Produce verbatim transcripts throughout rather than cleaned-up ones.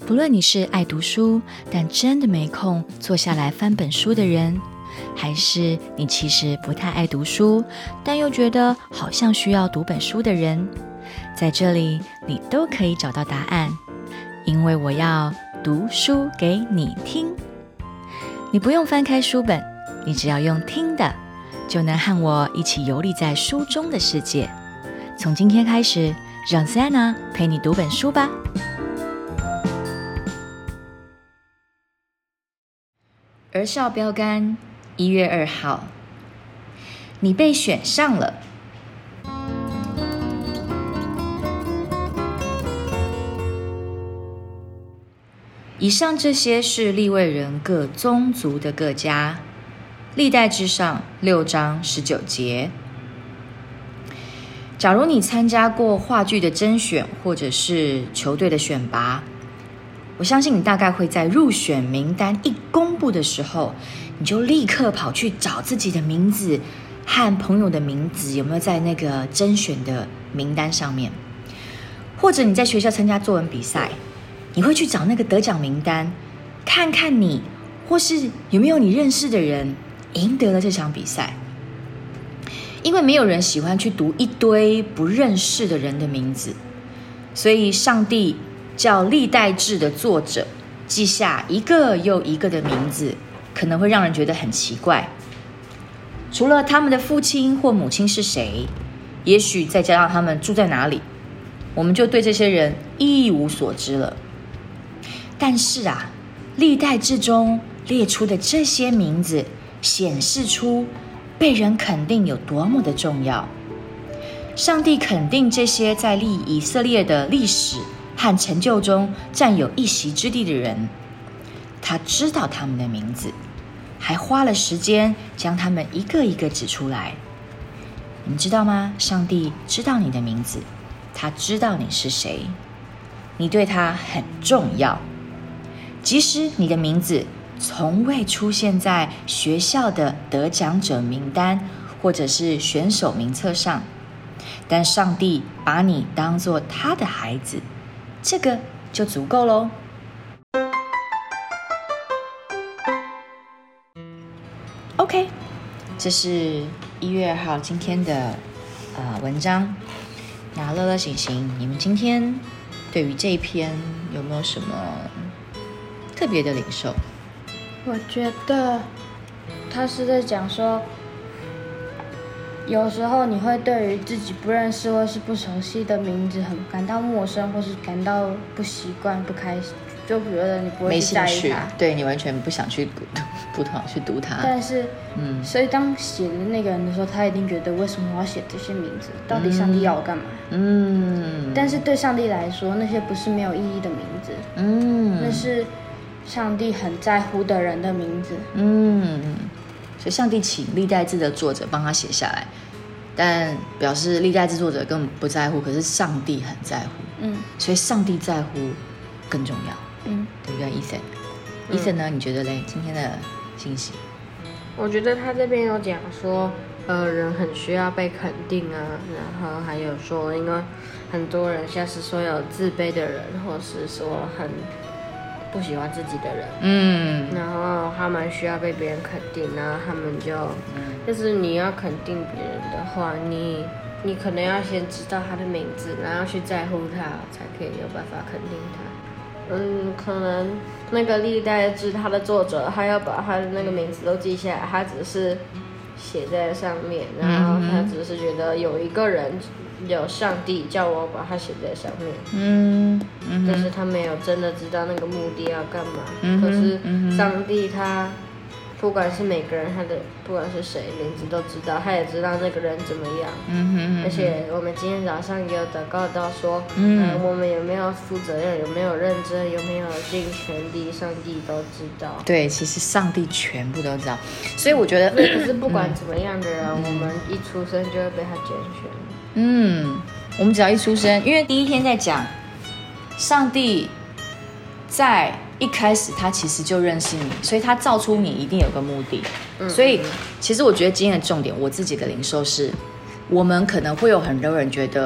不论你是爱读书但真的没空坐下来翻本书的人，还是你其实不太爱读书但又觉得好像需要读本书的人，在这里你都可以找到答案，因为我要读书给你听。你不用翻开书本，你只要用听的，就能和我一起游历在书中的世界。从今天开始，让 Sana 陪你读本书吧。儿少标杆，一月二号，你被选上了。以上这些是利未人各宗族的各家，历代志上六章十九节。假如你参加过话剧的甄选或者是球队的选拔，我相信你大概会在入选名单一公布的时候，你就立刻跑去找自己的名字和朋友的名字有没有在那个甄选的名单上面。或者你在学校参加作文比赛，你会去找那个得奖名单，看看你或是有没有你认识的人赢得了这场比赛。因为没有人喜欢去读一堆不认识的人的名字，所以上帝叫历代志的作者记下一个又一个的名字，可能会让人觉得很奇怪。除了他们的父亲或母亲是谁，也许再加上他们住在哪里，我们就对这些人一无所知了。但是啊，历代志中列出的这些名字，显示出被人肯定有多么的重要。上帝肯定这些在历以色列的历史和成就中占有一席之地的人，他知道他们的名字，还花了时间将他们一个一个指出来。你知道吗？上帝知道你的名字，他知道你是谁，你对他很重要。即使你的名字从未出现在学校的得奖者名单或者是选手名册上，但上帝把你当作他的孩子，这个就足够咯。OK， 这是一月二号今天的、呃、文章。那乐乐醒醒，你们今天对于这一篇有没有什么特别的领受？ 我觉得他是在讲说，有时候你会对于自己不认识或是不熟悉的名字很感到陌生，或是感到不习惯、不开心，就觉得你不会去在意它， 对，你完全不想去读，不想去读它。 但是，嗯，所以当写的那个人的时候，他一定觉得为什么我要写这些名字？到底上帝要我干嘛？嗯，但是对上帝来说，那些不是没有意义的名字，嗯，那是上帝很在乎的人的名字。嗯， 所以上帝请历代志的作者帮他写下来，但表示历代志作者根本不在乎，可是上帝很在乎。嗯，所以上帝在乎更重要。嗯，对不对 Ethan？Ethan 呢？你觉得嘞？今天的信息？ 我觉得他这边有讲说，呃，人很需要被肯定啊，然后还有说，因为很多人像是说有自卑的人，或是说很不喜欢自己的人，嗯，然后他们需要被别人肯定，然后他们就，嗯，就是你要肯定别人的话，你你可能要先知道他的名字，然后去在乎他，才可以有办法肯定他。嗯，可能那个历代志他的作者，他要把他的那个名字都记下来，他只是写在上面，然后他只是觉得有一个人有上帝叫我把它写在上面，嗯，嗯，但是他没有真的知道那个目的要干嘛。嗯，可是上帝他不管是每个人他的不管是谁名字都知道，他也知道那个人怎么样。嗯，而且我们今天早上也有祷告到说，嗯、呃，我们有没有负责任，有没有认真，有没有尽全力，上帝都知道。 对，其实上帝全部都知道，所以我觉得， 可是不管怎么样的人，嗯、我们一出生就会被他拣选。 嗯，我们只要一出生，因为第一天在讲，上帝在一开始他其实就认识你，所以他造出你一定有个目的。嗯，所以其实我觉得今天的重点，我自己的领受是，我们可能会有很多人觉得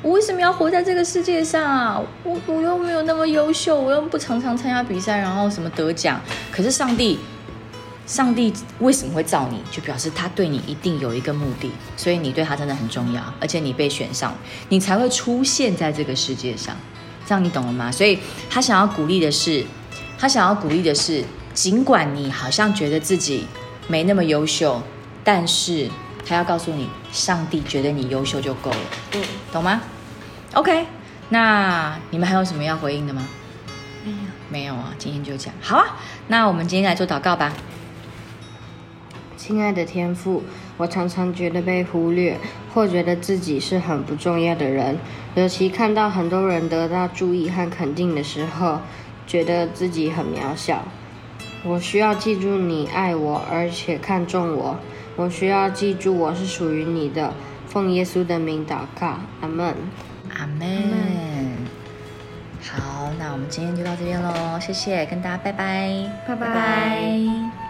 我为什么要活在这个世界上啊？我我又没有那么优秀，我又不常常参加比赛，然后什么得奖。可是上帝，上帝为什么会造你？就表示他对你一定有一个目的，所以你对他真的很重要，而且你被选上，你才会出现在这个世界上。这样你懂了吗？所以他想要鼓励的是，他想要鼓励的是，尽管你好像觉得自己没那么优秀，但是他要告诉你，上帝觉得你优秀就够了，嗯，懂吗 ？OK， 那你们还有什么要回应的吗？ 没有， 没有啊，今天就讲好啊。那我们今天来做祷告吧。 亲爱的天父，我常常觉得被忽略，或觉得自己是很不重要的人，尤其看到很多人得到注意和肯定的时候，觉得自己很渺小。我需要记住你爱我，而且看重我。我需要记住我是属于你的。奉耶稣的名祷告，阿们。 阿们。好，那我们今天就到这边喽，谢谢，跟大家拜拜， 拜拜。 拜拜。